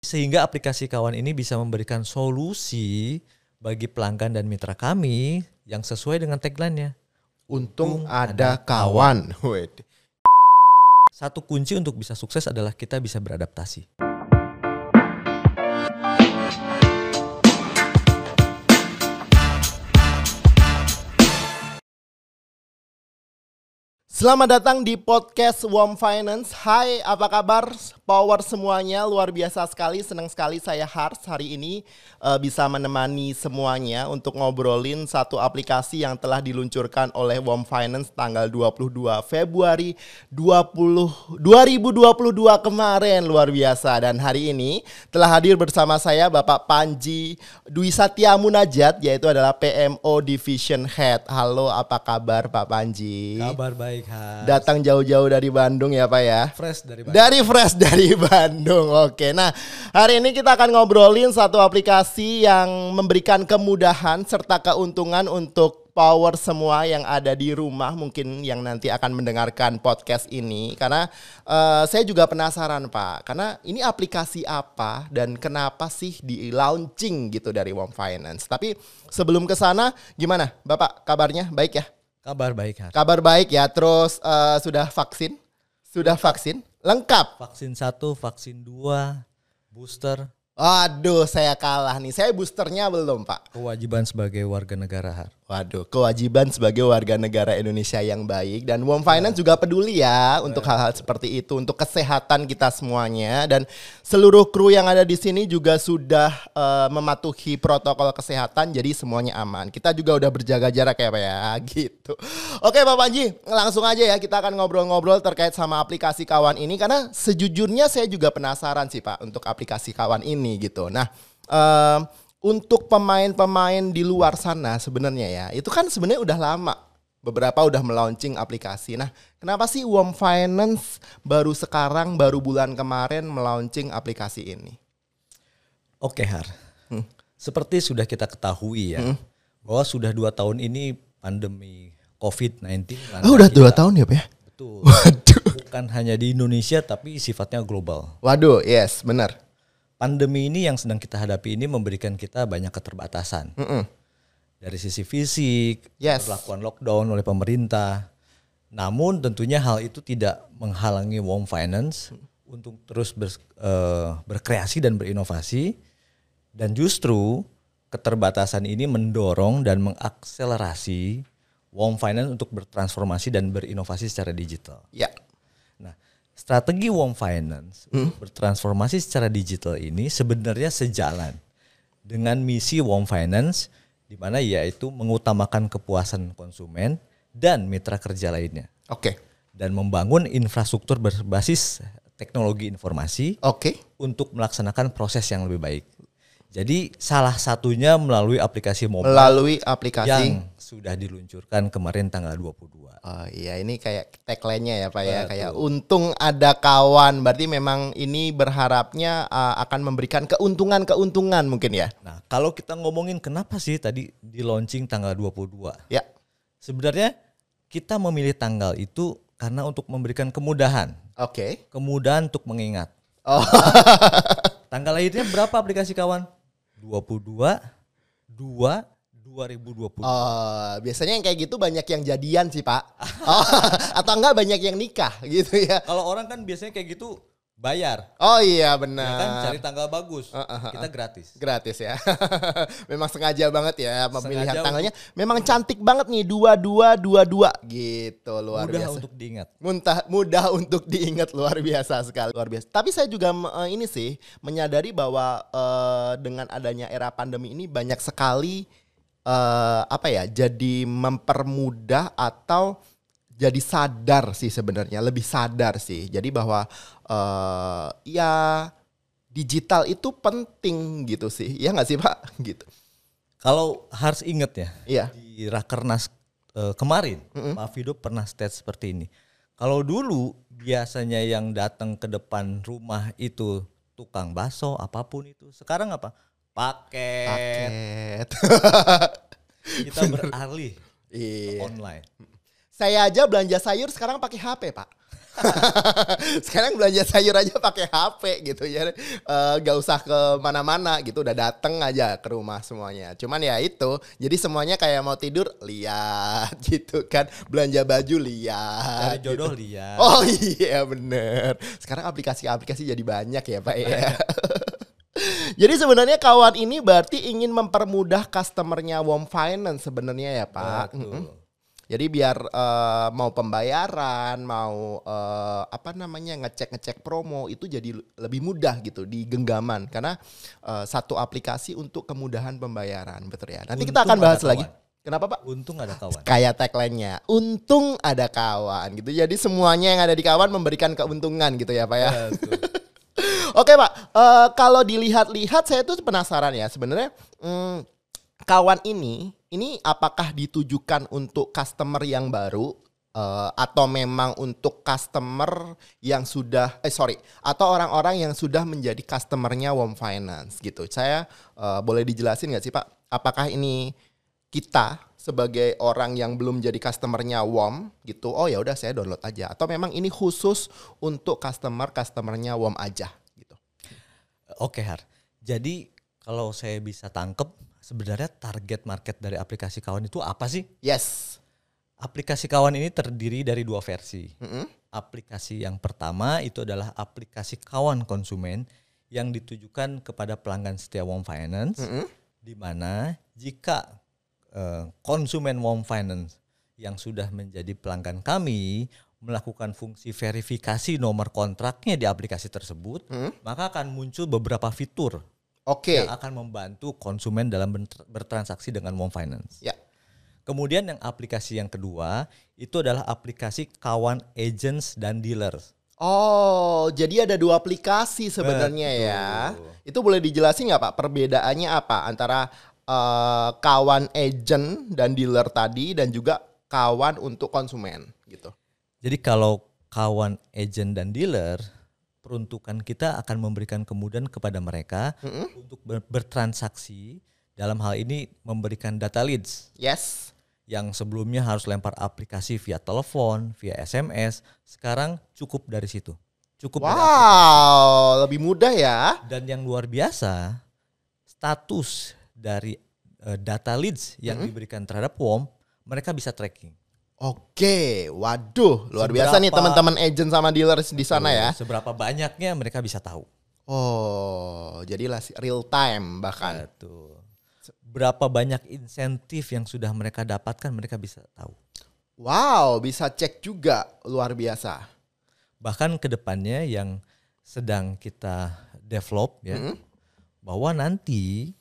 Sehingga aplikasi Kawan ini bisa memberikan solusi bagi pelanggan dan mitra kami yang sesuai dengan tagline-nya. Untung ada kawan. Satu kunci untuk bisa sukses adalah kita bisa beradaptasi. Selamat datang di podcast WOM Finance. Hai, apa kabar? Power semuanya, luar biasa sekali. Senang sekali saya Hars hari ini bisa menemani semuanya untuk ngobrolin satu aplikasi yang telah diluncurkan oleh WOM Finance tanggal 22 Februari 2022 kemarin. Luar biasa. Dan hari ini telah hadir bersama saya Bapak Panji Dwi Satya Munajat, yaitu adalah PMO Division Head. Halo, apa kabar Pak Panji? Kabar baik, Has. Datang jauh-jauh dari Bandung ya Pak ya? Fresh dari Bandung. Dari Bandung. Oke. Nah, hari ini kita akan ngobrolin satu aplikasi yang memberikan kemudahan serta keuntungan untuk power semua yang ada di rumah, mungkin yang nanti akan mendengarkan podcast ini. Karena saya juga penasaran Pak, karena ini aplikasi apa dan kenapa sih di launching gitu dari WOM Finance. Tapi sebelum ke sana, gimana Bapak kabarnya? Baik ya? Kabar baik, Has. Kabar baik ya. Terus sudah vaksin? Sudah vaksin? Lengkap? Vaksin 1, vaksin 2, booster. Aduh, saya kalah nih. Saya boosternya belum, Pak. Kewajiban sebagai warga negara, Har. Waduh, kewajiban sebagai warga negara Indonesia yang baik. Dan WOM Finance juga peduli ya untuk hal-hal seperti itu, untuk kesehatan kita semuanya. Dan seluruh kru yang ada di sini juga sudah mematuhi protokol kesehatan, jadi semuanya aman. Kita juga udah berjaga jarak ya Pak ya, gitu. Oke Pak Panji, langsung aja ya kita akan ngobrol-ngobrol terkait sama aplikasi Kawan ini. Karena sejujurnya saya juga penasaran sih Pak untuk aplikasi Kawan ini gitu. Nah, untuk pemain-pemain di luar sana sebenarnya ya, itu kan sebenarnya udah lama. Beberapa udah melaunching aplikasi. Nah, kenapa sih WOM Finance baru sekarang, baru bulan kemarin melaunching aplikasi ini? Oke, Har. Seperti sudah kita ketahui ya, bahwa sudah 2 tahun ini pandemi COVID-19. Oh, udah 2 tahun ya Pak ya? Betul. Waduh. Bukan hanya di Indonesia, tapi sifatnya global. Waduh, yes, benar. Pandemi ini yang sedang kita hadapi ini memberikan kita banyak keterbatasan. Dari sisi fisik, perlakuan lockdown oleh pemerintah. Namun tentunya hal itu tidak menghalangi WOM Finance untuk terus berkreasi dan berinovasi. Dan justru keterbatasan ini mendorong dan mengakselerasi WOM Finance untuk bertransformasi dan berinovasi secara digital. Ya. Nah, strategi WOM Finance untuk bertransformasi secara digital ini sebenarnya sejalan dengan misi WOM Finance, di mana yaitu mengutamakan kepuasan konsumen dan mitra kerja lainnya. Oke. Dan membangun infrastruktur berbasis teknologi informasi untuk melaksanakan proses yang lebih baik. Jadi salah satunya melalui aplikasi mobile yang sudah diluncurkan kemarin tanggal 22. Oh iya, ini kayak tagline-nya ya Pak ya, kayak untung ada kawan. Berarti memang ini berharapnya akan memberikan keuntungan mungkin ya. Nah, kalau kita ngomongin kenapa sih tadi di launching tanggal 22? Ya. Sebenarnya kita memilih tanggal itu karena untuk memberikan kemudahan. Oke. Kemudahan untuk mengingat. Oh. Tanggal lahirnya berapa aplikasi Kawan? 22/2/2020. Biasanya yang kayak gitu banyak yang jadian sih Pak. Atau enggak banyak yang nikah gitu ya. Kalau orang kan biasanya kayak gitu bayar. Oh iya benar. Ya kan cari tanggal bagus. Kita gratis. Gratis ya. Memang sengaja banget ya pemilihan tanggalnya. Memang cantik banget nih 2222 gitu, luar mudah biasa. Untuk diingat. Mudah untuk diingat, luar biasa sekali, luar biasa. Tapi saya juga ini sih menyadari bahwa dengan adanya era pandemi ini banyak sekali jadi mempermudah atau jadi sadar sih sebenarnya, lebih sadar sih. Jadi bahwa ya digital itu penting gitu sih. Ya nggak sih Pak? Gitu. Kalau harus ingat ya, di Rakernas kemarin Pak Fido pernah state seperti ini. Kalau dulu biasanya yang datang ke depan rumah itu tukang bakso apapun itu. Sekarang apa? Paket. Kita beralih ke online. Saya aja belanja sayur sekarang pakai HP Pak. Sekarang belanja sayur aja pakai HP gitu ya. Gak usah ke mana-mana gitu, udah dateng aja ke rumah semuanya. Cuman ya itu, jadi semuanya kayak mau tidur lihat gitu kan. Belanja baju lihat. Cari jodoh gitu. lihat. Oh iya bener. Sekarang aplikasi-aplikasi jadi banyak ya Pak ya. Jadi sebenarnya kawan ini berarti ingin mempermudah customernya Warm Finance sebenarnya ya Pak. Jadi biar mau pembayaran, mau ngecek promo itu jadi lebih mudah gitu di genggaman karena satu aplikasi untuk kemudahan pembayaran, betul ya. Nanti kita akan bahas lagi. Kenapa Pak? Untung ada kawan. Kayak tagline-nya, untung ada kawan gitu. Jadi semuanya yang ada di kawan memberikan keuntungan gitu ya Pak ya. Oke Pak, kalau dilihat-lihat saya tuh penasaran ya sebenarnya kawan ini apakah ditujukan untuk customer yang baru atau memang untuk customer yang sudah atau orang-orang yang sudah menjadi customernya Warm Finance gitu. Saya boleh dijelasin nggak sih Pak? Apakah ini kita sebagai orang yang belum jadi customernya Warm gitu? Oh ya udah saya download aja. Atau memang ini khusus untuk customernya Warm aja? Oke Har, jadi kalau saya bisa tangkep sebenarnya target market dari aplikasi kawan itu apa sih? Yes. Aplikasi kawan ini terdiri dari 2 versi. Aplikasi yang pertama itu adalah aplikasi kawan konsumen yang ditujukan kepada pelanggan setia Warm Finance, di mana jika konsumen Warm Finance yang sudah menjadi pelanggan kami melakukan fungsi verifikasi nomor kontraknya di aplikasi tersebut, maka akan muncul beberapa fitur yang akan membantu konsumen dalam bertransaksi dengan Warm Finance. Ya. Kemudian yang aplikasi yang kedua itu adalah aplikasi kawan agents dan dealers. Oh, jadi ada 2 aplikasi sebenarnya ya. Itu boleh dijelasin nggak Pak? Perbedaannya apa antara kawan agent dan dealer tadi dan juga kawan untuk konsumen gitu? Jadi kalau kawan agent dan dealer, peruntukan kita akan memberikan kemudahan kepada mereka untuk bertransaksi. Dalam hal ini memberikan data leads. Yes. Yang sebelumnya harus lempar aplikasi via telepon, via SMS. Sekarang cukup dari situ. Cukup dari aplikasi. Lebih mudah ya. Dan yang luar biasa, status dari data leads yang diberikan terhadap Warm, mereka bisa tracking. Oke, waduh, luar biasa nih teman-teman agent sama dealers di sana ya. Seberapa banyaknya mereka bisa tahu. Oh, jadilah real time bahkan. Betul. Berapa banyak insentif yang sudah mereka dapatkan mereka bisa tahu. Wow, bisa cek juga, luar biasa. Bahkan ke depannya yang sedang kita develop ya, bahwa nanti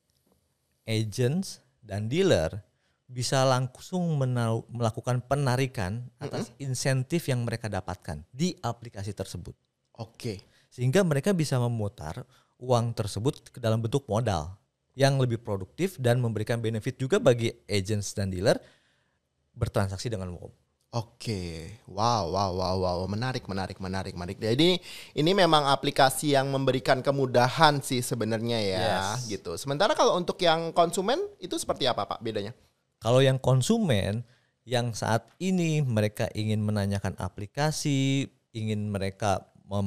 agents dan dealer bisa langsung melakukan penarikan atas insentif yang mereka dapatkan di aplikasi tersebut. Oke. Sehingga mereka bisa memutar uang tersebut ke dalam bentuk modal yang lebih produktif dan memberikan benefit juga bagi agents dan dealer bertransaksi dengan Warm. Oke, wow, menarik. Jadi ini memang aplikasi yang memberikan kemudahan sih sebenarnya ya, gitu. Sementara kalau untuk yang konsumen itu seperti apa Pak bedanya? Kalau yang konsumen yang saat ini mereka ingin menanyakan aplikasi, ingin mereka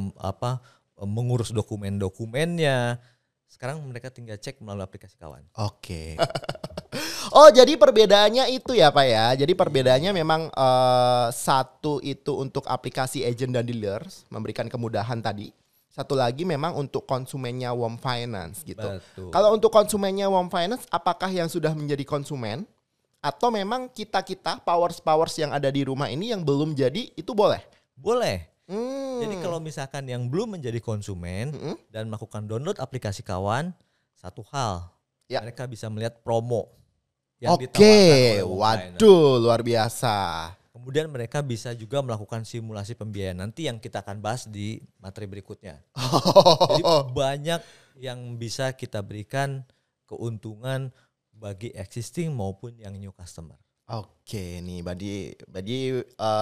mengurus dokumen-dokumennya, sekarang mereka tinggal cek melalui aplikasi kawan. Oke. Oh, jadi perbedaannya itu ya Pak ya. Jadi perbedaannya memang satu itu untuk aplikasi agent dan dealers memberikan kemudahan tadi. Satu lagi memang untuk konsumennya Warm Finance gitu. Betul. Kalau untuk konsumennya Warm Finance, apakah yang sudah menjadi konsumen atau memang kita powers yang ada di rumah ini yang belum jadi itu boleh? Boleh. Jadi kalau misalkan yang belum menjadi konsumen dan melakukan download aplikasi kawan, satu hal, mereka bisa melihat promo yang ditawarkan oleh waduh, luar biasa. Kemudian mereka bisa juga melakukan simulasi pembiayaan nanti yang kita akan bahas di materi berikutnya. Jadi banyak yang bisa kita berikan keuntungan bagi existing maupun yang new customer. Oke nih, bagi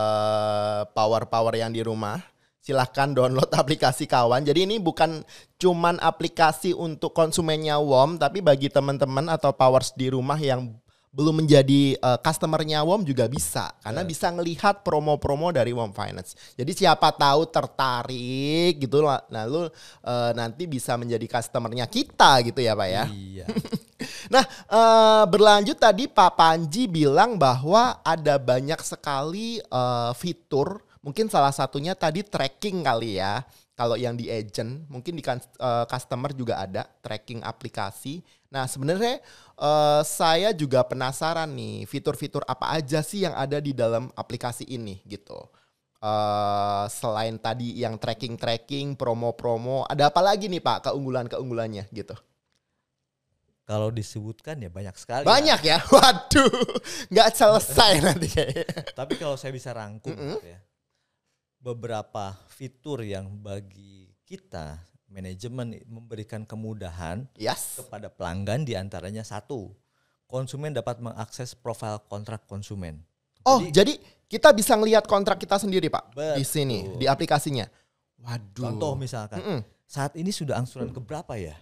power yang di rumah, silahkan download aplikasi kawan. Jadi ini bukan cuman aplikasi untuk konsumennya Warm, tapi bagi teman-teman atau powers di rumah yang belum menjadi customernya WOM juga bisa. Karena bisa ngelihat promo-promo dari WOM Finance. Jadi siapa tahu tertarik gitu, lalu nanti bisa menjadi customernya kita gitu ya Pak ya. Iya. Nah, berlanjut tadi Pak Panji bilang bahwa ada banyak sekali fitur, mungkin salah satunya tadi tracking kali ya. Kalau yang di agent, mungkin di customer juga ada tracking aplikasi. Nah, sebenarnya saya juga penasaran nih, fitur-fitur apa aja sih yang ada di dalam aplikasi ini gitu. Selain tadi yang tracking, promo-promo, ada apa lagi nih Pak keunggulan-keunggulannya gitu? Kalau disebutkan ya banyak sekali. Banyak ya? Waduh, nggak selesai nanti kayaknya. Tapi kalau saya bisa rangkum gitu ya, beberapa fitur yang bagi kita manajemen memberikan kemudahan kepada pelanggan, diantaranya satu, konsumen dapat mengakses profil kontrak konsumen. Oh, jadi kita bisa ngelihat kontrak kita sendiri Pak? Betul. Di sini, di aplikasinya? Waduh. Contoh misalkan, saat ini sudah angsuran keberapa ya?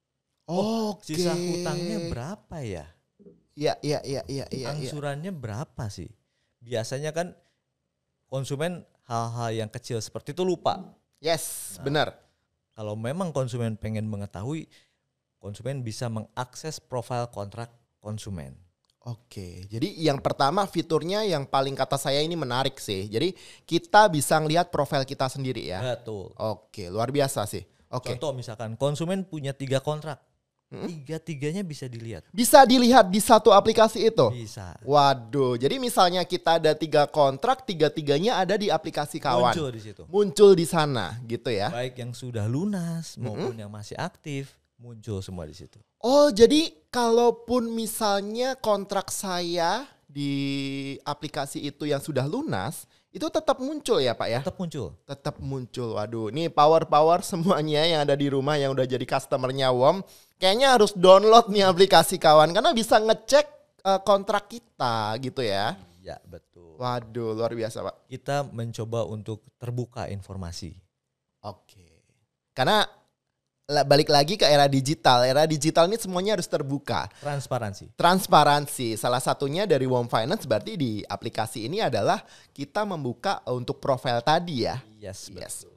Oke. Sisa hutangnya berapa ya? Iya. Angsurannya berapa sih? Biasanya kan konsumen hal-hal yang kecil seperti itu lupa. Yes, benar. Kalau memang konsumen pengen mengetahui, konsumen bisa mengakses profil kontrak konsumen. Oke, jadi yang pertama fiturnya yang paling kata saya ini menarik sih. Jadi kita bisa ngelihat profil kita sendiri ya. Betul. Oke, luar biasa sih. Oke. Contoh misalkan konsumen punya 3 kontrak. Tiga-tiganya bisa dilihat. Bisa dilihat di satu aplikasi itu? Bisa. Waduh, jadi misalnya kita ada 3 kontrak, 3-tiganya ada di aplikasi kawan. Muncul di situ. Muncul di sana gitu ya. Baik yang sudah lunas maupun yang masih aktif, muncul semua di situ. Oh, jadi kalaupun misalnya kontrak saya di aplikasi itu yang sudah lunas, itu tetap muncul ya Pak ya? Tetap muncul. Tetap muncul. Waduh, ini power semuanya yang ada di rumah yang udah jadi customernya WOM. Kayaknya harus download nih aplikasi kawan karena bisa ngecek kontrak kita gitu ya. Iya, betul. Waduh, luar biasa Pak. Kita mencoba untuk terbuka informasi. Oke. Karena balik lagi ke era digital. Era digital ini semuanya harus terbuka. Transparansi. Salah satunya dari WOM Finance berarti di aplikasi ini adalah kita membuka untuk profil tadi ya. Yes. Betul.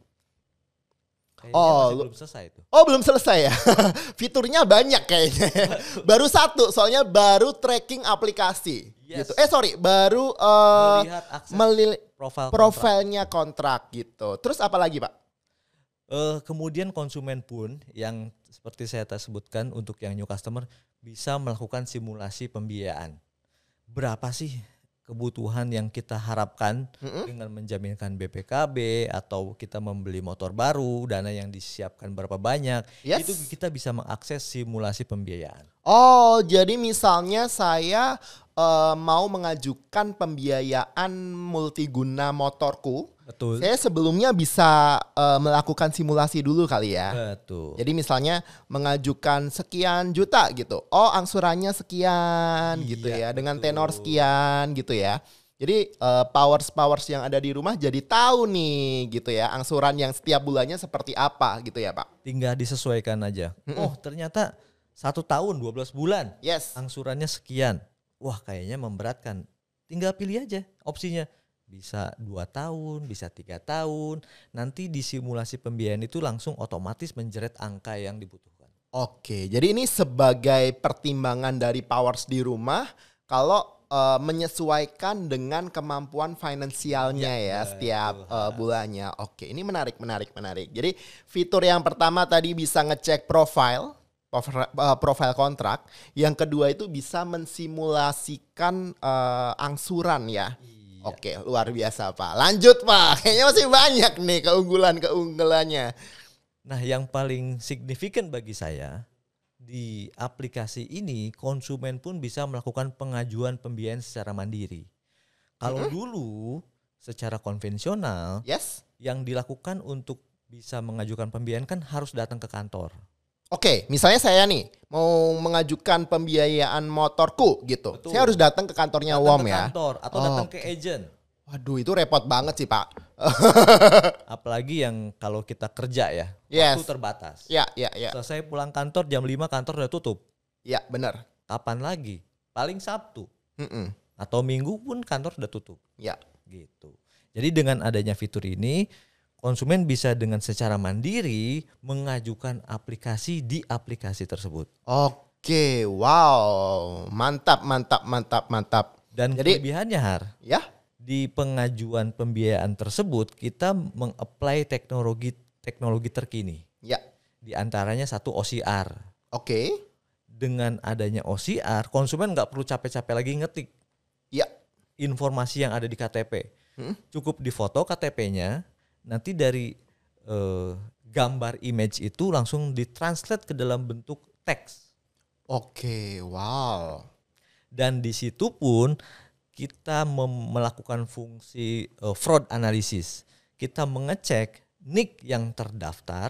Belum selesai itu. Oh, belum selesai ya. Fiturnya banyak kayaknya. Baru satu, soalnya baru tracking aplikasi. Yes. Gitu. Baru melihat profilnya kontrak gitu. Terus apa lagi Pak? Kemudian konsumen pun yang seperti saya sebutkan untuk yang new customer bisa melakukan simulasi pembiayaan. Berapa sih kebutuhan yang kita harapkan dengan menjaminkan BPKB atau kita membeli motor baru, dana yang disiapkan berapa banyak, itu kita bisa mengakses simulasi pembiayaan. Oh, jadi misalnya saya mau mengajukan pembiayaan multiguna motorku. Betul. Saya sebelumnya bisa melakukan simulasi dulu kali ya. Betul. Jadi misalnya mengajukan sekian juta gitu. Oh, angsurannya sekian gitu ya. Dengan tenor sekian gitu ya. Jadi powers yang ada di rumah jadi tahu nih gitu ya. Angsuran yang setiap bulannya seperti apa gitu ya Pak. Tinggal disesuaikan aja. Oh, ternyata 1 tahun 12 bulan. Yes. Angsurannya sekian. Wah, kayaknya memberatkan. Tinggal pilih aja opsinya. Bisa 2 tahun, bisa 3 tahun. Nanti di simulasi pembiayaan itu langsung otomatis menjeret angka yang dibutuhkan. Oke, jadi ini sebagai pertimbangan dari powers di rumah kalau menyesuaikan dengan kemampuan finansialnya ya setiap bulannya. Oke, ini menarik. Jadi fitur yang pertama tadi bisa ngecek profil kontrak. Yang kedua itu bisa mensimulasikan angsuran ya. Oke, luar biasa Pak. Lanjut Pak, kayaknya masih banyak nih keunggulannya. Nah, yang paling signifikan bagi saya, di aplikasi ini konsumen pun bisa melakukan pengajuan pembiayaan secara mandiri. Kalau dulu secara konvensional, yang dilakukan untuk bisa mengajukan pembiayaan kan harus datang ke kantor. Oke, misalnya saya nih mau mengajukan pembiayaan motorku gitu. Betul. Saya harus datang ke kantornya WOM ya. Kantor atau datang ke agent. Waduh, itu repot banget sih Pak. Apalagi yang kalau kita kerja ya, waktu terbatas. Iya. Selesai pulang kantor jam 5 kantor udah tutup. Iya, benar. Kapan lagi? paling Sabtu. Atau Minggu pun kantor sudah tutup. Ya. Gitu. Jadi dengan adanya fitur ini, konsumen bisa dengan secara mandiri mengajukan aplikasi di aplikasi tersebut. Oke, wow. Mantap. Dan jadi, kelebihannya ya, di pengajuan pembiayaan tersebut kita meng-apply teknologi terkini. Ya. Di antaranya satu OCR. Oke. Dengan adanya OCR, konsumen nggak perlu capek-capek lagi ngetik. Ya. Informasi yang ada di KTP. Cukup difoto KTP-nya, nanti dari gambar image itu langsung ditranslate ke dalam bentuk teks. Oke, wow. Dan di situ pun kita melakukan fungsi fraud analysis. Kita mengecek NIK yang terdaftar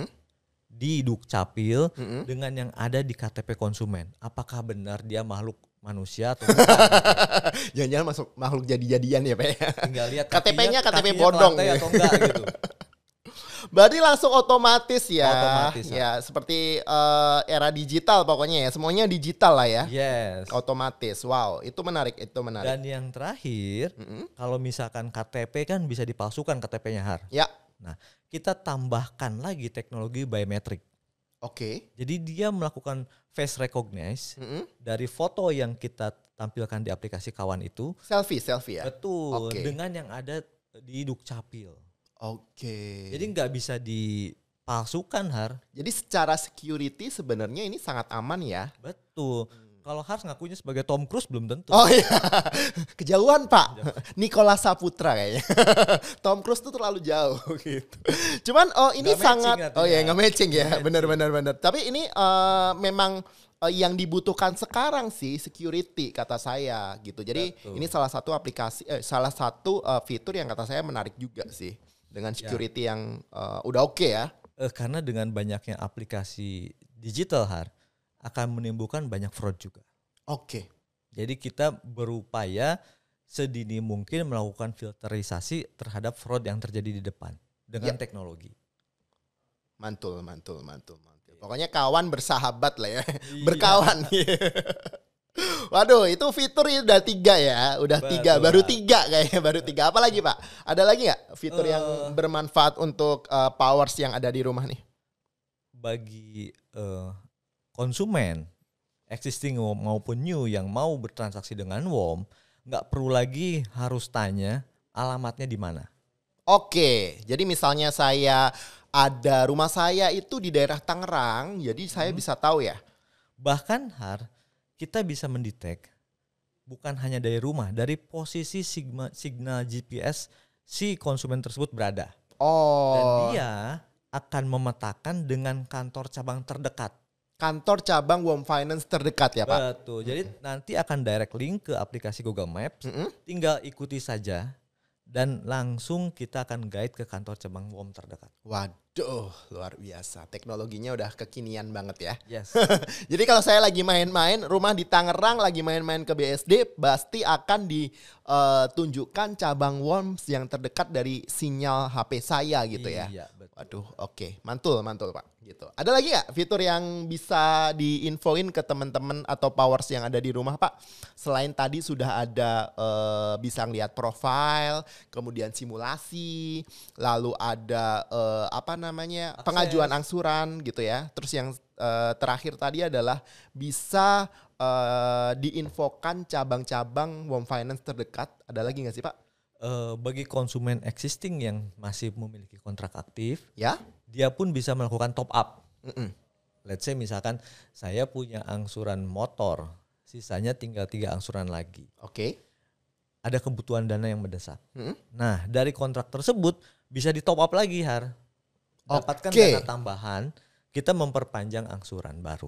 di Dukcapil dengan yang ada di KTP konsumen. Apakah benar dia makhluk manusia atau bukan? Jangan-jangan masuk makhluk jadi-jadian ya Pak. Tinggal lihat KTP-nya KTP bodong atau enggak gitu. Berarti langsung otomatis ya. Otomatis. Ya, seperti era digital pokoknya ya. Semuanya digital lah ya. Yes. Otomatis. Wow, itu menarik. Dan yang terakhir, kalau misalkan KTP kan bisa dipalsukan KTP-nya Ya. Nah, kita tambahkan lagi teknologi biometrik. Oke. Jadi dia melakukan face recognize dari foto yang kita tampilkan di aplikasi Kawan itu. Selfie ya. Betul. Dengan yang ada di Dukcapil. Oke. Jadi nggak bisa dipalsukan Jadi secara security sebenarnya ini sangat aman ya. Betul. Kalau Hars ngakunya sebagai Tom Cruise belum tentu. Oh iya, kejauhan Pak. Nicholas Saputra kayaknya. Tom Cruise tuh terlalu jauh gitu. Cuman ini nggak sangat, nggak matching ya, benar. Tapi ini memang yang dibutuhkan sekarang sih security kata saya gitu. Jadi ini salah satu aplikasi, salah satu fitur yang kata saya menarik juga sih dengan security yang udah oke ya. Karena dengan banyaknya aplikasi digital akan menimbulkan banyak fraud juga. Oke. Jadi kita berupaya sedini mungkin melakukan filterisasi terhadap fraud yang terjadi di depan dengan teknologi. Mantul. Pokoknya kawan bersahabat lah ya. Berkawan. Waduh, itu fitur udah 3 ya. Baru 3 kayaknya, baru 3. Apa lagi Pak? Ada lagi nggak fitur yang bermanfaat untuk powers yang ada di rumah nih? Bagi konsumen existing maupun new yang mau bertransaksi dengan WOM, nggak perlu lagi harus tanya alamatnya di mana. Oke, jadi misalnya rumah saya itu di daerah Tangerang, jadi saya bisa tahu ya. Bahkan kita bisa mendetek bukan hanya dari rumah, dari posisi signal GPS si konsumen tersebut berada. Dan dia akan memetakan dengan kantor cabang terdekat. Kantor cabang WOM Finance terdekat ya Pak? Betul, jadi nanti akan direct link ke aplikasi Google Maps, tinggal ikuti saja dan langsung kita akan guide ke kantor cabang WOM terdekat. Waduh, luar biasa. Teknologinya udah kekinian banget ya. Yes. Jadi kalau saya lagi main-main, rumah di Tangerang, lagi main-main ke BSD, pasti akan ditunjukkan cabang WOM yang terdekat dari sinyal HP saya gitu ya. Iya, betul. Waduh, oke. Mantul Pak. Gitu. Ada lagi nggak fitur yang bisa diinfoin ke teman-teman atau powers yang ada di rumah Pak? Selain tadi sudah ada bisa ngeliat profile, kemudian simulasi, lalu ada akses, pengajuan angsuran gitu ya. Terus yang terakhir tadi adalah bisa diinfokan cabang-cabang WOM Finance terdekat. Ada lagi nggak sih Pak? Bagi konsumen existing yang masih memiliki kontrak aktif, ya, dia pun bisa melakukan top up. Let's say misalkan saya punya angsuran motor, sisanya tinggal 3 angsuran lagi. Oke. Ada kebutuhan dana yang mendesak. Nah, dari kontrak tersebut bisa di top up lagi dapatkan dana tambahan, kita memperpanjang angsuran baru.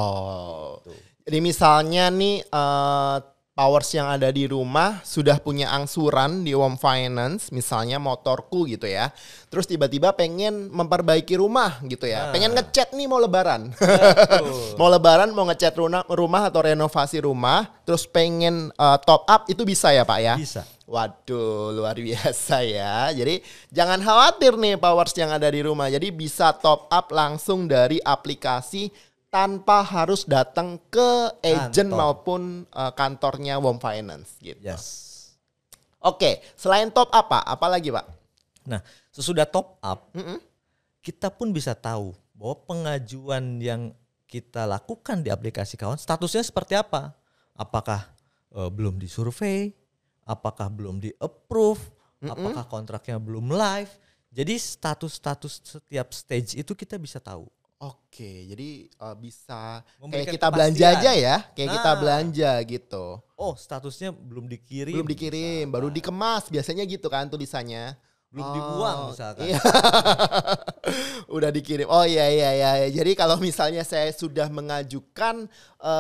Jadi misalnya nih powers yang ada di rumah sudah punya angsuran di WOM Finance, misalnya motorku gitu ya. Terus tiba-tiba pengen memperbaiki rumah gitu ya. Pengen ngecat nih mau lebaran. Mau lebaran, mau ngecat rumah atau renovasi rumah, terus pengen top up, itu bisa ya Pak ya? Bisa. Waduh, luar biasa ya. Jadi jangan khawatir nih powers yang ada di rumah. Jadi bisa top up langsung dari aplikasi tanpa harus datang ke agent maupun kantornya WOM Finance gitu. Yes. Oke, selain top up, apa lagi Pak? Nah, sesudah top up, kita pun bisa tahu bahwa pengajuan yang kita lakukan di aplikasi kawan statusnya seperti apa. Apakah belum disurvei, apakah belum di-approve, apakah kontraknya belum live. Jadi status-status setiap stage itu kita bisa tahu. Oke, jadi bisa Memberikan kayak kita belanja aja ya, kayak kita belanja gitu. Oh, statusnya belum dikirim. Belum dikirim, baru dikemas, biasanya gitu kan tulisannya. Belum dibuang misalkan. Iya. Udah dikirim. Oh iya. Jadi kalau misalnya saya sudah mengajukan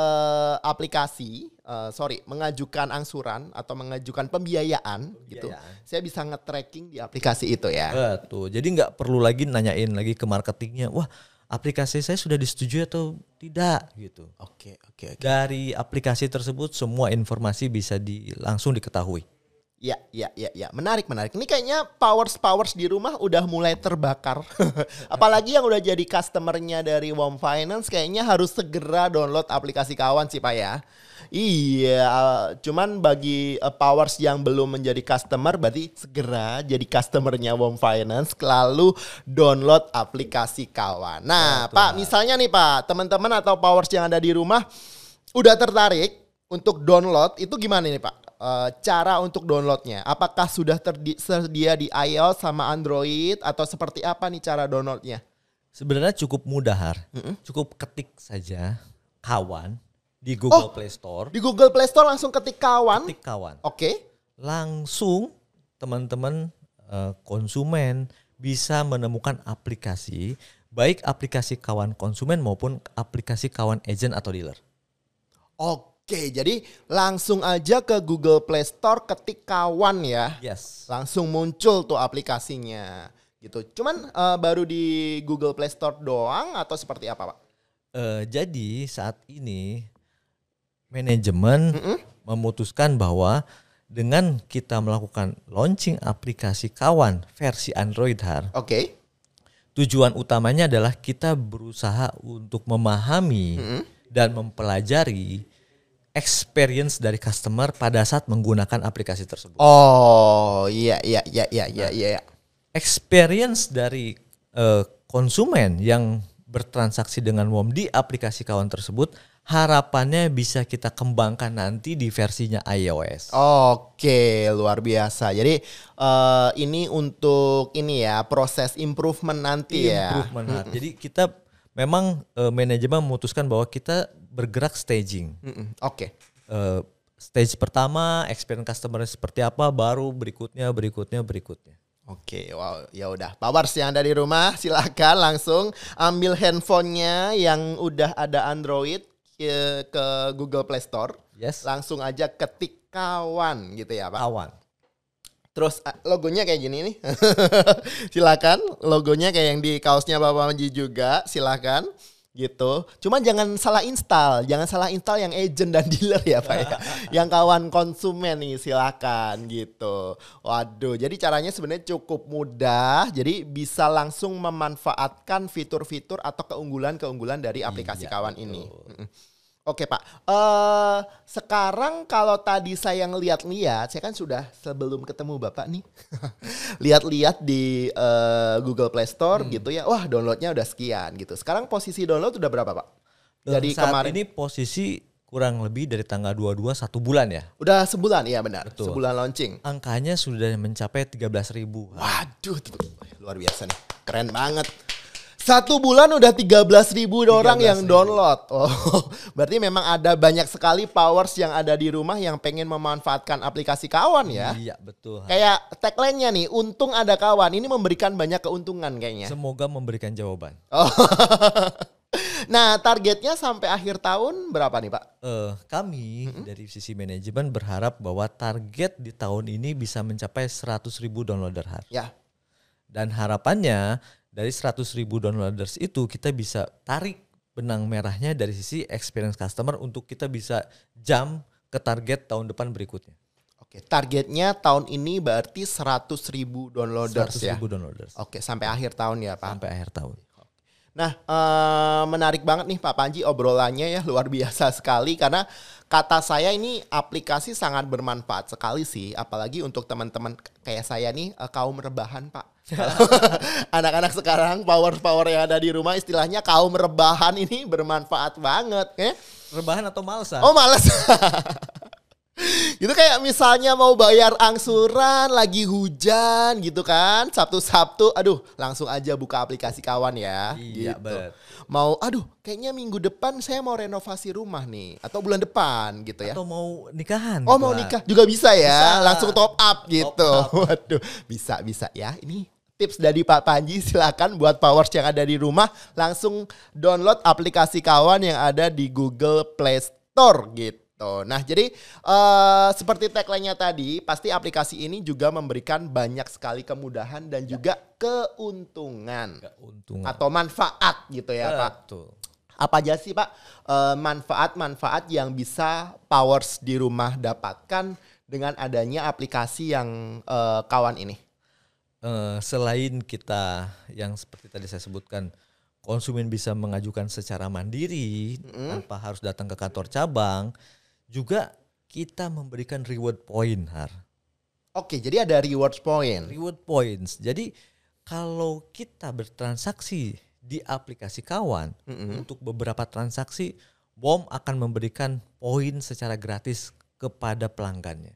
mengajukan angsuran atau mengajukan pembiayaan gitu, saya bisa nge-tracking di aplikasi itu ya. Betul. Jadi nggak perlu lagi nanyain lagi ke marketingnya. Wah, aplikasi saya sudah disetujui atau tidak gitu. Oke. Dari aplikasi tersebut semua informasi bisa langsung diketahui. Ya. Menarik. Ini kayaknya powers di rumah udah mulai terbakar. Apalagi yang udah jadi customernya dari WOM Finance kayaknya harus segera download aplikasi kawan sih Pak ya. Iya, cuman bagi powers yang belum menjadi customer berarti segera jadi customernya WOM Finance lalu download aplikasi kawan. Nah, Pak, misalnya nih Pak, teman-teman atau powers yang ada di rumah udah tertarik untuk download, itu gimana nih Pak? Cara untuk downloadnya, apakah sudah tersedia di iOS sama Android atau seperti apa nih cara downloadnya? Sebenarnya cukup mudah, cukup ketik saja kawan di Google Play Store. Di Google Play Store langsung ketik kawan. Oke. Langsung teman-teman konsumen bisa menemukan aplikasi, baik aplikasi kawan konsumen maupun aplikasi kawan agent atau dealer. Oke, jadi langsung aja ke Google Play Store ketik kawan ya. Yes. Langsung muncul tuh aplikasinya gitu. Cuman baru di Google Play Store doang atau seperti apa Pak? Jadi saat ini manajemen memutuskan bahwa dengan kita melakukan launching aplikasi kawan versi Android Oke. Tujuan utamanya adalah kita berusaha untuk memahami dan mempelajari experience dari customer pada saat menggunakan aplikasi tersebut. Oh, iya. Experience dari konsumen yang bertransaksi dengan WOM di aplikasi kawan tersebut harapannya bisa kita kembangkan nanti di versinya iOS. Oke, luar biasa. Jadi ini untuk proses improvement nanti ya. Jadi kita memang manajemen memutuskan bahwa kita bergerak staging. Oke. Stage pertama experience customer seperti apa, baru berikutnya. Oke, wow, ya udah. Powers yang ada di rumah silakan langsung ambil handphonenya yang udah ada Android ke Google Play Store. Yes. Langsung aja ketik kawan gitu ya Pak. Kawan. Terus logonya kayak gini nih. Silakan, logonya kayak yang di kaosnya Bapak Manji juga, silakan. Gitu. Cuman jangan salah install yang agent dan dealer ya Pak ya. Yang kawan konsumen nih silakan gitu. Waduh, jadi caranya sebenarnya cukup mudah. Jadi bisa langsung memanfaatkan fitur-fitur atau keunggulan-keunggulan dari aplikasi kawan ini. Oke Pak, sekarang kalau tadi saya ngeliat-liat, saya kan sudah sebelum ketemu Bapak nih, lihat-lihat di Google Play Store gitu ya, wah downloadnya udah sekian gitu. Sekarang posisi download udah berapa Pak? Jadi saat kemarin ini posisi kurang lebih dari tanggal 22 1 bulan ya? Udah sebulan, iya benar, betul. Sebulan launching. Angkanya sudah mencapai 13.000. Waduh, luar biasa nih, keren banget. 1 bulan udah 13.000 orang yang download. Oh, berarti memang ada banyak sekali powers yang ada di rumah yang pengen memanfaatkan aplikasi kawan ya. Iya, betul. Kayak tagline-nya nih, untung ada kawan. Ini memberikan banyak keuntungan kayaknya. Semoga memberikan jawaban. Oh. Nah, targetnya sampai akhir tahun berapa nih Pak? Kami dari sisi manajemen berharap bahwa target di tahun ini bisa mencapai 100.000 downloader hari. Ya. Dan harapannya dari 100.000 downloaders itu kita bisa tarik benang merahnya dari sisi experience customer untuk kita bisa jump ke target tahun depan berikutnya. Oke, targetnya tahun ini berarti 100.000 downloaders 100.000 downloaders. Oke, sampai akhir tahun ya Pak? Sampai akhir tahun. Nah, menarik banget nih Pak Panji obrolannya ya, luar biasa sekali karena kata saya ini aplikasi sangat bermanfaat sekali sih, apalagi untuk teman-teman kayak saya nih kaum rebahan Pak. Anak-anak sekarang power yang ada di rumah istilahnya kaum rebahan ini bermanfaat banget ya. Rebahan atau malesan? Oh males. Itu kayak misalnya mau bayar angsuran lagi hujan gitu kan, Sabtu-Sabtu aduh langsung aja buka aplikasi kawan ya. Iya gitu. bet. Mau aduh kayaknya minggu depan saya mau renovasi rumah nih atau bulan depan gitu ya. Atau mau nikahan. Oh mau nikah juga bisa ya, bisa. langsung top up gitu. Top up. Waduh bisa ya. Ini tips dari Pak Panji, silakan buat powers yang ada di rumah langsung download aplikasi kawan yang ada di Google Play Store gitu. Nah jadi seperti tagline-nya tadi, pasti aplikasi ini juga memberikan banyak sekali kemudahan dan juga keuntungan atau manfaat gitu ya Pak. Apa aja sih Pak manfaat-manfaat yang bisa powers di rumah dapatkan dengan adanya aplikasi yang kawan ini? Selain kita yang seperti tadi saya sebutkan, konsumen bisa mengajukan secara mandiri tanpa harus datang ke kantor cabang, juga kita memberikan reward point, Har. Oke, jadi ada reward point. Reward points. Jadi kalau kita bertransaksi di aplikasi kawan, untuk beberapa transaksi, WOM akan memberikan poin secara gratis kepada pelanggannya.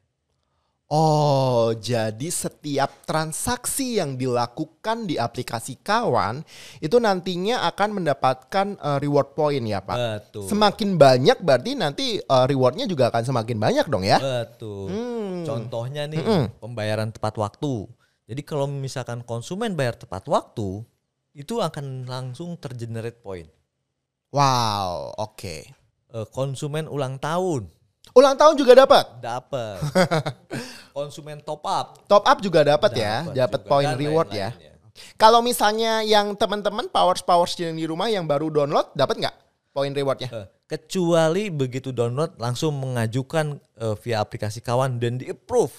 Oh, jadi setiap transaksi yang dilakukan di aplikasi kawan itu nantinya akan mendapatkan reward point ya Pak? Betul. Semakin banyak berarti nanti rewardnya juga akan semakin banyak dong ya? Betul. Contohnya nih pembayaran tepat waktu. Jadi kalau misalkan konsumen bayar tepat waktu, itu akan langsung tergenerate point. Wow, oke. Konsumen ulang tahun. Ulang tahun juga dapat? Dapat. Konsumen top up. Top up juga dapat ya, dapat poin reward ya. Kalau misalnya yang teman-teman powers yang di rumah yang baru download, dapat nggak poin rewardnya? Kecuali begitu download langsung mengajukan via aplikasi kawan dan di approve.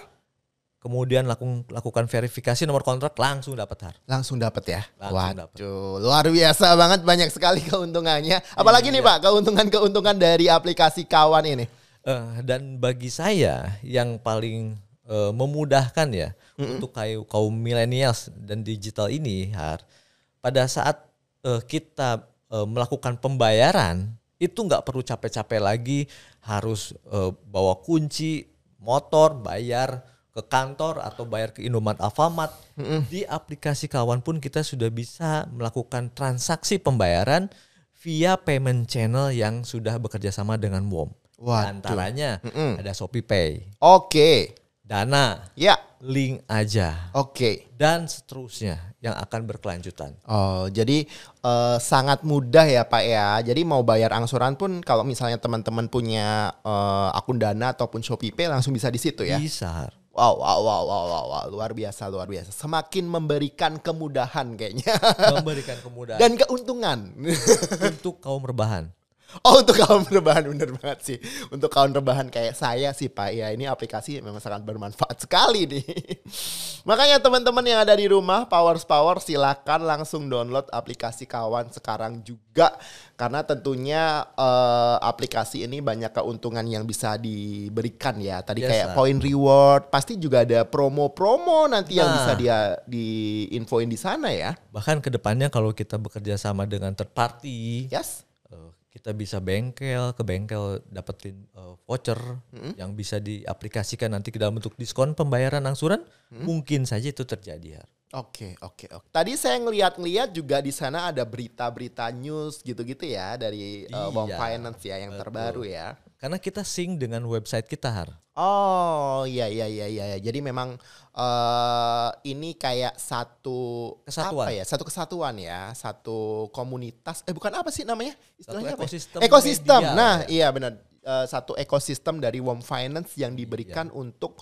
Kemudian lakukan verifikasi nomor kontrak, langsung dapat Har. Langsung dapat ya. Waduh, luar biasa banget, banyak sekali keuntungannya. Apalagi nih Pak, keuntungan dari aplikasi kawan ini. Dan bagi saya yang paling memudahkan ya untuk kaum millennials dan digital ini, Har, pada saat kita melakukan pembayaran itu nggak perlu capek-capek lagi harus bawa kunci motor bayar ke kantor atau bayar ke Indomaret, Alfamart. Di aplikasi kawan pun kita sudah bisa melakukan transaksi pembayaran via payment channel yang sudah bekerja sama dengan WOM. Antaranya ada ShopeePay. Oke. Dana. Ya. Link aja. Oke. Dan seterusnya yang akan berkelanjutan. Oh, jadi sangat mudah ya Pak ya. Jadi mau bayar angsuran pun kalau misalnya teman-teman punya akun Dana ataupun ShopeePay langsung bisa di situ ya. Bisa. Wow, luar biasa. Semakin memberikan kemudahan kayaknya. Memberikan kemudahan. Dan keuntungan. Untuk kaum rebahan. Oh, untuk kaum rebahan, bener banget sih. Untuk kaum rebahan kayak saya sih Pak, ya ini aplikasi memang sangat bermanfaat sekali nih. Makanya teman-teman yang ada di rumah, Power silakan langsung download aplikasi kawan sekarang juga. Karena tentunya aplikasi ini banyak keuntungan yang bisa diberikan ya. Tadi kayak point reward, pasti juga ada promo-promo nanti yang bisa dia diinfoin di sana ya. Bahkan kedepannya kalau kita bekerja sama dengan third party, kita bisa ke bengkel dapetin voucher yang bisa diaplikasikan nanti ke dalam bentuk diskon pembayaran angsuran, mungkin saja itu terjadi. Oke. Tadi saya ngeliat juga di sana ada berita-berita news gitu-gitu ya dari WOM Finance ya yang terbaru ya. Karena kita sync dengan website kita, Har. Oh iya. Jadi memang ini kayak satu kesatuan. Satu kesatuan ya, satu komunitas. Bukan apa sih namanya? Istilahnya ekosistem. Media, nah, iya benar. Satu ekosistem dari WOM Finance yang diberikan untuk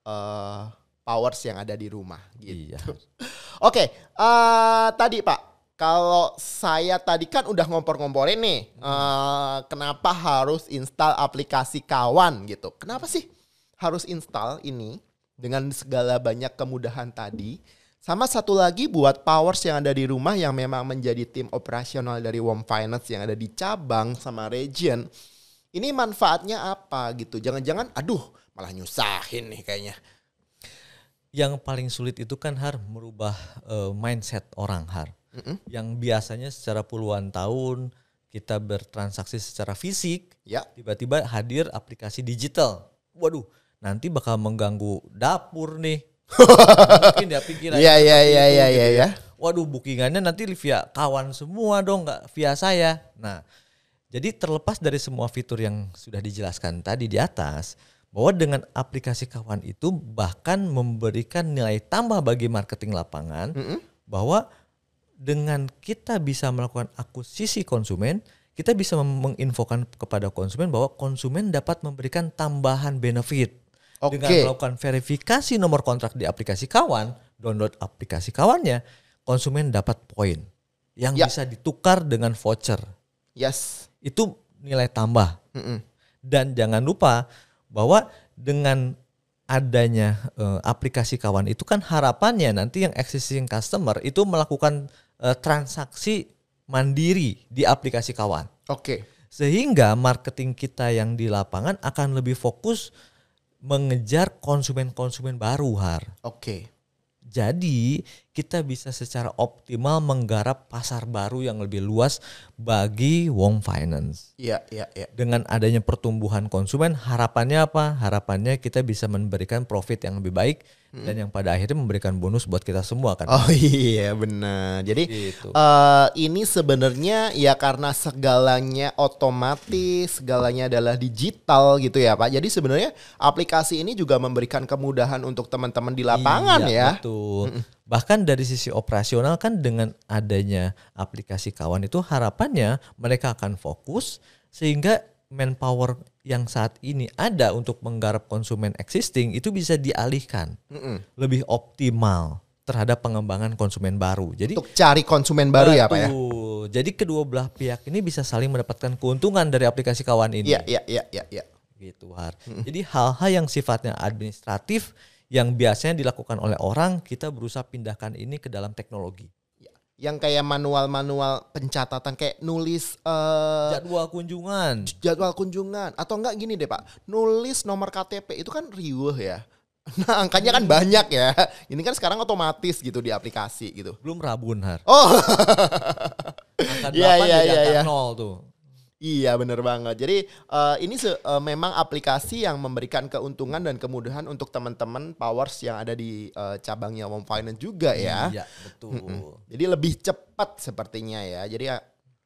powers yang ada di rumah gitu. Iya. Oke, tadi Pak, kalau saya tadi kan udah ngompor-ngomporin nih, kenapa harus install aplikasi kawan gitu? Kenapa sih harus install ini dengan segala banyak kemudahan tadi? Sama satu lagi buat powers yang ada di rumah yang memang menjadi tim operasional dari Warm Finance yang ada di cabang sama region. Ini manfaatnya apa gitu? Jangan-jangan aduh malah nyusahin nih kayaknya. Yang paling sulit itu kan merubah mindset orang Yang biasanya secara puluhan tahun kita bertransaksi secara fisik, tiba-tiba hadir aplikasi digital. Waduh, nanti bakal mengganggu dapur nih. Mungkin dia pikirannya Iya. Waduh, bookingannya nanti via kawan semua dong, nggak via saya. Nah, jadi terlepas dari semua fitur yang sudah dijelaskan tadi di atas, bahwa dengan aplikasi kawan itu bahkan memberikan nilai tambah bagi marketing lapangan, bahwa dengan kita bisa melakukan akuisisi konsumen, kita bisa menginfokan kepada konsumen bahwa konsumen dapat memberikan tambahan benefit. Dengan melakukan verifikasi nomor kontrak di aplikasi kawan, download aplikasi kawannya, konsumen dapat poin yang bisa ditukar dengan voucher. Itu nilai tambah. Dan jangan lupa bahwa dengan adanya aplikasi kawan itu kan harapannya nanti yang existing customer itu melakukan transaksi mandiri di aplikasi kawan. Sehingga marketing kita yang di lapangan akan lebih fokus mengejar konsumen-konsumen baru Jadi kita bisa secara optimal menggarap pasar baru yang lebih luas bagi Warm Finance. Dengan adanya pertumbuhan konsumen, harapannya apa? Harapannya kita bisa memberikan profit yang lebih baik dan yang pada akhirnya memberikan bonus buat kita semua kan. Oh iya benar. Jadi gitu. Ini sebenarnya ya karena segalanya otomatis, segalanya adalah digital gitu ya Pak. Jadi sebenarnya aplikasi ini juga memberikan kemudahan untuk teman-teman di lapangan Betul. Bahkan dari sisi operasional kan dengan adanya aplikasi kawan itu harapannya mereka akan fokus sehingga manpower yang saat ini ada untuk menggarap konsumen existing itu bisa dialihkan lebih optimal terhadap pengembangan konsumen baru. Jadi untuk cari konsumen baru ya Pak ya. Jadi kedua belah pihak ini bisa saling mendapatkan keuntungan dari aplikasi kawan ini. Iya. Gitu Jadi hal-hal yang sifatnya administratif yang biasanya dilakukan oleh orang, kita berusaha pindahkan ini ke dalam teknologi. Yang kayak manual-manual pencatatan kayak nulis jadwal kunjungan atau enggak gini deh Pak, nulis nomor KTP itu kan riuh ya. Nah angkanya kan banyak ya. Ini kan sekarang otomatis gitu di aplikasi gitu. Belum rabun Angka 8 jadi angka 0 tuh. Iya benar banget. Jadi ini memang aplikasi yang memberikan keuntungan dan kemudahan untuk teman-teman powers yang ada di cabangnya Warm Finance juga ya. Iya betul. Jadi lebih cepat sepertinya ya. Jadi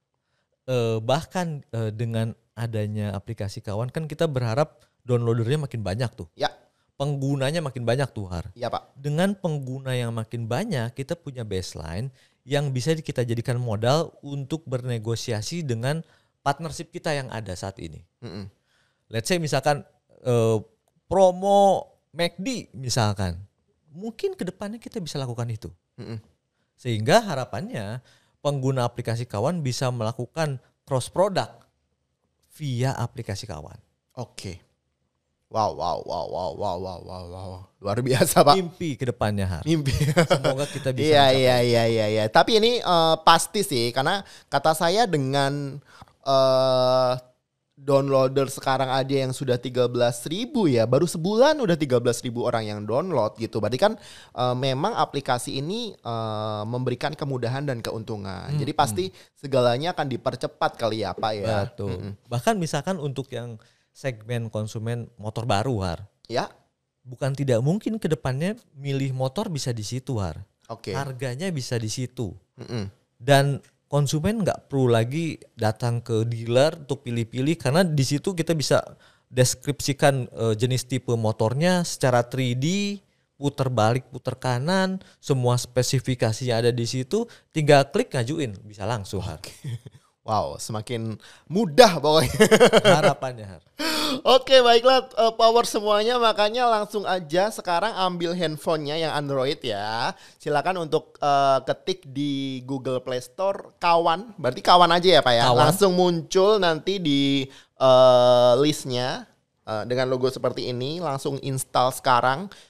bahkan dengan adanya aplikasi kawan kan kita berharap downloadernya makin banyak tuh. Penggunanya makin banyak tuh Iya Pak. Dengan pengguna yang makin banyak kita punya baseline yang bisa kita jadikan modal untuk bernegosiasi dengan partnership kita yang ada saat ini. Let's say misalkan promo McD misalkan. Mungkin ke depannya kita bisa lakukan itu. Sehingga harapannya pengguna aplikasi kawan bisa melakukan cross product via aplikasi kawan. Wow. Luar biasa Pak. Mimpi ke depannya Mimpi. Semoga kita bisa Iya. Tapi ini pasti sih karena kata saya dengan downloader sekarang ada yang sudah 13.000 ya. Baru sebulan udah 13.000 orang yang download gitu. Berarti kan memang aplikasi ini memberikan kemudahan dan keuntungan. Jadi pasti segalanya akan dipercepat kali ya Pak ya. Betul. Bahkan misalkan untuk yang segmen konsumen motor baru bukan tidak mungkin ke depannya milih motor bisa di situ Harganya bisa di situ. Dan konsumen nggak perlu lagi datang ke dealer untuk pilih-pilih karena di situ kita bisa deskripsikan jenis tipe motornya secara 3D, putar balik, putar kanan, semua spesifikasinya ada di situ, tinggal klik ngajuin bisa langsung. Wow, semakin mudah pokoknya. Harapannya. Oke, baiklah power semuanya, makanya langsung aja sekarang ambil handphonenya yang Android ya. Silakan untuk ketik di Google Play Store kawan, berarti kawan aja ya Pak ya. Langsung muncul nanti di listnya dengan logo seperti ini, langsung install sekarang.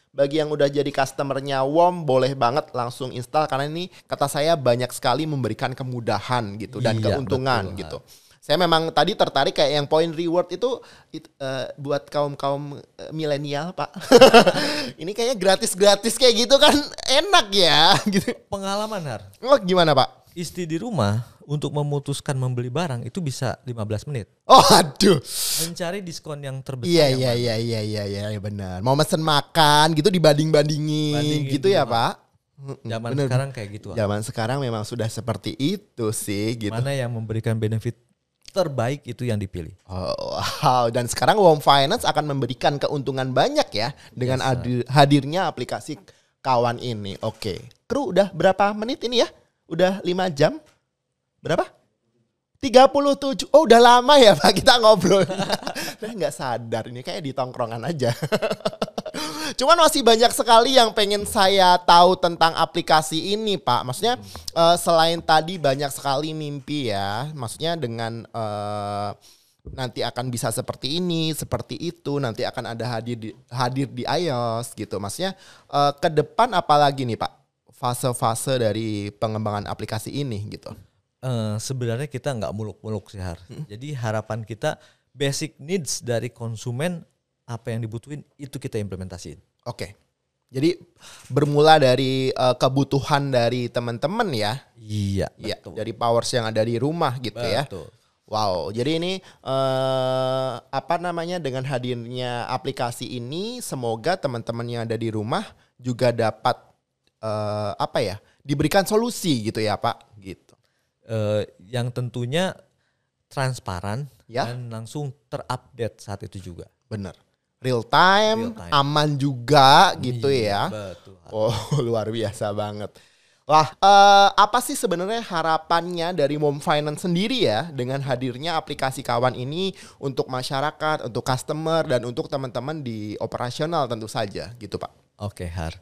bagi yang udah jadi customernya WOM boleh banget langsung install karena ini kata saya banyak sekali memberikan kemudahan gitu dan keuntungan betul, gitu. Saya memang tadi tertarik kayak yang point reward itu buat kaum milenial Pak. Ini kayaknya gratis kayak gitu kan enak ya gitu. Pengalaman Har. Oh gimana Pak? Istri di rumah untuk memutuskan membeli barang itu bisa 15 menit. Oh aduh. Mencari diskon yang terbesar. Iya benar. Mau mesen makan gitu dibanding-bandingin gitu ya Pak. Zaman sekarang kayak gitu. Zaman sekarang memang sudah seperti itu sih gitu. Mana yang memberikan benefit terbaik itu yang dipilih. Oh, wow. Dan sekarang WOM Finance akan memberikan keuntungan banyak ya dengan hadirnya aplikasi kawan ini. Oke. Kru udah berapa menit ini ya? Udah 5 jam? Berapa? 37. Oh udah lama ya Pak kita ngobrol. Saya nggak sadar ini kayak di tongkrongan aja. Cuman masih banyak sekali yang pengen saya tahu tentang aplikasi ini Pak. Maksudnya selain tadi banyak sekali mimpi ya. Maksudnya dengan nanti akan bisa seperti ini, seperti itu. Nanti akan ada hadir di iOS gitu. Maksudnya ke depan apalagi nih Pak? Fase-fase dari pengembangan aplikasi ini gitu. Sebenarnya kita nggak muluk-muluk sih Har. Jadi harapan kita basic needs dari konsumen apa yang dibutuhin itu kita implementasiin. Oke. Jadi bermula dari kebutuhan dari teman-teman ya. Iya. Betul. Dari powers yang ada di rumah gitu ya. Betul. Wow. Jadi ini dengan hadirnya aplikasi ini semoga teman-teman yang ada di rumah juga dapat diberikan solusi gitu ya Pak gitu. Yang tentunya transparan ya? Dan langsung terupdate saat itu juga. Bener. Real time, aman juga gitu ya. Betul. Oh luar biasa banget. Wah, apa sih sebenarnya harapannya dari WOM Finance sendiri ya dengan hadirnya aplikasi kawan ini untuk masyarakat, untuk customer dan untuk teman-teman di operasional tentu saja gitu Pak. Oke Har.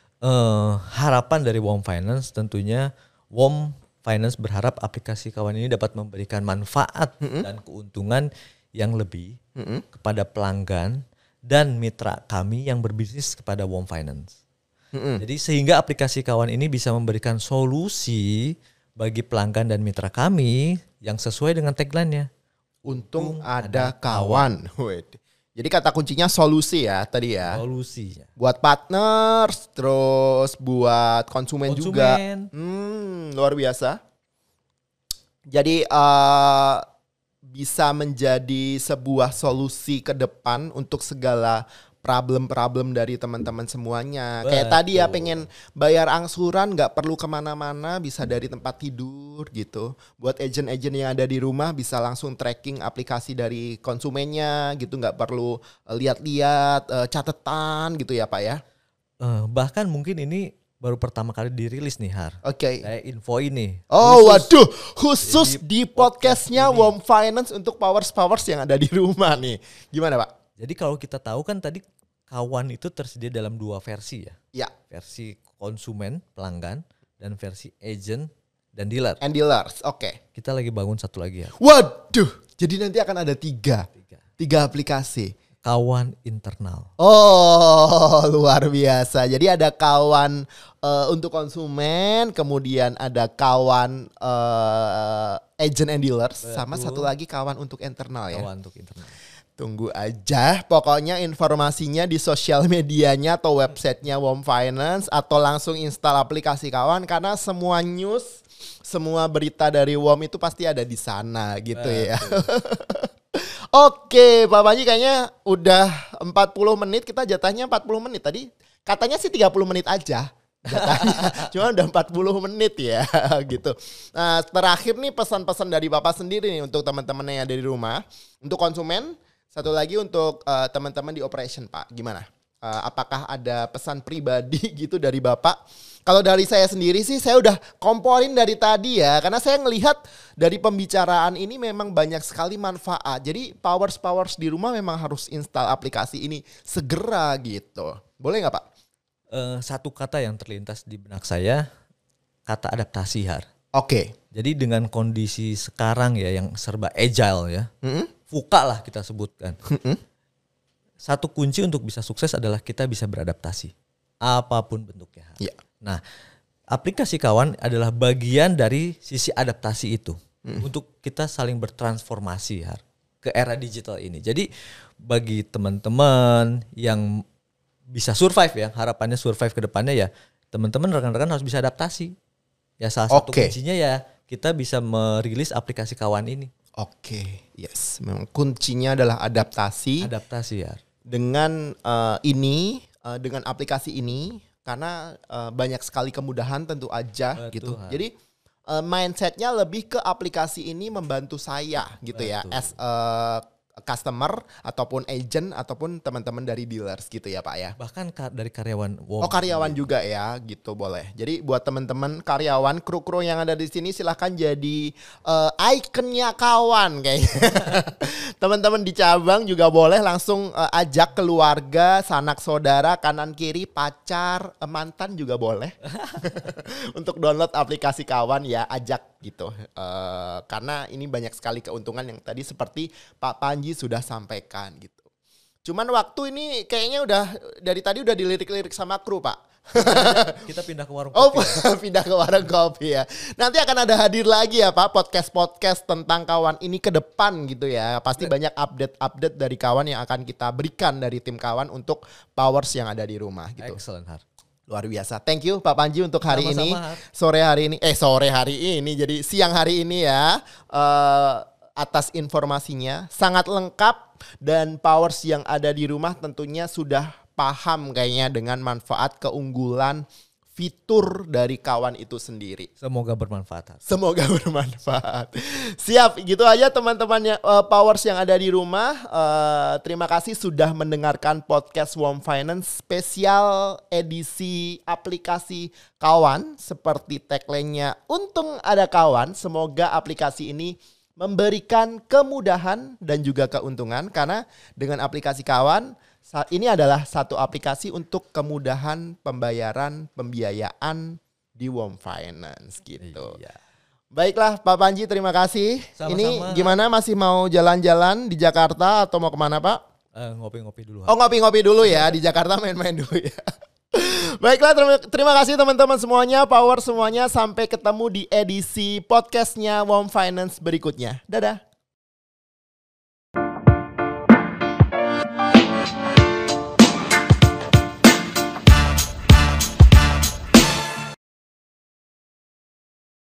Harapan dari WOM Finance tentunya WOM Finance berharap aplikasi kawan ini dapat memberikan manfaat dan keuntungan yang lebih kepada pelanggan dan mitra kami yang berbisnis kepada WOM Finance. Jadi sehingga aplikasi kawan ini bisa memberikan solusi bagi pelanggan dan mitra kami yang sesuai dengan tagline-nya. Untung ada kawan. Jadi kata kuncinya solusi ya tadi ya. Solusi. Buat partners, terus buat konsumen juga. Luar biasa. Jadi bisa menjadi sebuah solusi ke depan untuk segala problem-problem dari teman-teman semuanya. Betul. Kayak tadi ya pengen bayar angsuran gak perlu kemana-mana, bisa dari tempat tidur gitu. Buat agent-agent yang ada di rumah bisa langsung tracking aplikasi dari konsumennya gitu, gak perlu lihat-lihat catatan gitu ya Pak ya. Bahkan mungkin ini baru pertama kali dirilis nih Har. Oke. Saya info ini. Oh waduh, khusus di podcastnya WOM Finance untuk powers yang ada di rumah nih. Gimana Pak? Jadi kalau kita tahu kan tadi kawan itu tersedia dalam 2 versi ya. Ya. Versi konsumen, pelanggan, dan versi agent dan dealer. And dealers, oke. Kita lagi bangun satu lagi ya. Waduh, jadi nanti akan ada 3 aplikasi. Kawan internal. Oh, luar biasa. Jadi ada kawan untuk konsumen, kemudian ada kawan agent and dealers, sama satu lagi kawan untuk internal ya. Kawan untuk internal. Tunggu aja, pokoknya informasinya di sosial medianya atau websitenya WOM Finance atau langsung install aplikasi kawan karena semua news, semua berita dari WOM itu pasti ada di sana gitu ya. Oke, Pak Panji kayaknya udah 40 menit, kita jatahnya 40 menit tadi. Katanya sih 30 menit aja. Jatahnya. Cuma udah 40 menit ya gitu. Nah, terakhir nih pesan-pesan dari Bapak sendiri nih untuk teman-teman yang ada di rumah, untuk konsumen. Satu lagi untuk teman-teman di operation Pak, gimana? Apakah ada pesan pribadi gitu dari Bapak? Kalau dari saya sendiri sih saya udah komporin dari tadi ya. Karena saya ngelihat dari pembicaraan ini memang banyak sekali manfaat. Jadi powers di rumah memang harus install aplikasi ini segera gitu. Boleh nggak Pak? Satu kata yang terlintas di benak saya, kata adaptasi Har. Oke. Jadi dengan kondisi sekarang ya yang serba agile ya. VUCA lah kita sebutkan. satu kunci untuk bisa sukses adalah kita bisa beradaptasi apapun bentuknya. Yeah. Nah, aplikasi kawan adalah bagian dari sisi adaptasi itu untuk kita saling bertransformasi ke era digital ini. Jadi bagi teman-teman yang bisa survive ya, harapannya survive ke depannya ya, teman-teman rekan-rekan harus bisa adaptasi. Ya salah satu kuncinya ya kita bisa merilis aplikasi kawan ini. Yes, memang kuncinya adalah adaptasi. Adaptasi ya. Dengan dengan aplikasi ini, karena banyak sekali kemudahan tentu aja. Betul, gitu. Jadi mindsetnya lebih ke aplikasi ini membantu saya gitu. Betul. Ya, as customer ataupun agent ataupun teman-teman dari dealers gitu ya Pak ya. Bahkan dari karyawan. Karyawan juga ya gitu, boleh. Jadi buat teman-teman karyawan, kru-kru yang ada di sini silahkan jadi ikonnya kawan kayaknya. Teman-teman di cabang juga boleh langsung ajak keluarga, sanak saudara, kanan kiri, pacar, mantan juga boleh. Untuk download aplikasi kawan ya, ajak gitu. Karena ini banyak sekali keuntungan yang tadi seperti Pak Panji sudah sampaikan gitu. Cuman waktu ini kayaknya udah dari tadi udah dilirik-lirik sama kru Pak. Kita pindah ke warung kopi. Pindah ke warung kopi ya. Nanti akan ada hadir lagi ya Pak podcast tentang kawan ini ke depan gitu ya. Pasti banyak update dari kawan yang akan kita berikan dari tim kawan untuk powers yang ada di rumah gitu. Excellent Har. Luar biasa. Thank you Pak Panji untuk hari ini. Sore hari ini jadi siang hari ini ya. Atas informasinya sangat lengkap dan powers yang ada di rumah tentunya sudah paham kayaknya dengan manfaat keunggulan fitur dari kawan itu sendiri. Semoga bermanfaat. Semoga bermanfaat. Siap, gitu aja teman-temannya powers yang ada di rumah. Terima kasih sudah mendengarkan podcast Warm Finance spesial edisi aplikasi kawan seperti tagline-nya untung ada kawan. Semoga aplikasi ini memberikan kemudahan dan juga keuntungan karena dengan aplikasi kawan ini adalah satu aplikasi untuk kemudahan pembiayaan di Warm Finance gitu. Iya. Baiklah Pak Panji, terima kasih. Sama-sama. Ini gimana, masih mau jalan-jalan di Jakarta atau mau kemana Pak? Ngopi-ngopi dulu. Ngopi-ngopi dulu ya, di Jakarta main-main dulu ya. Baiklah, terima kasih teman-teman semuanya, power semuanya. Sampai ketemu di edisi podcastnya Warm Finance berikutnya. Dadah.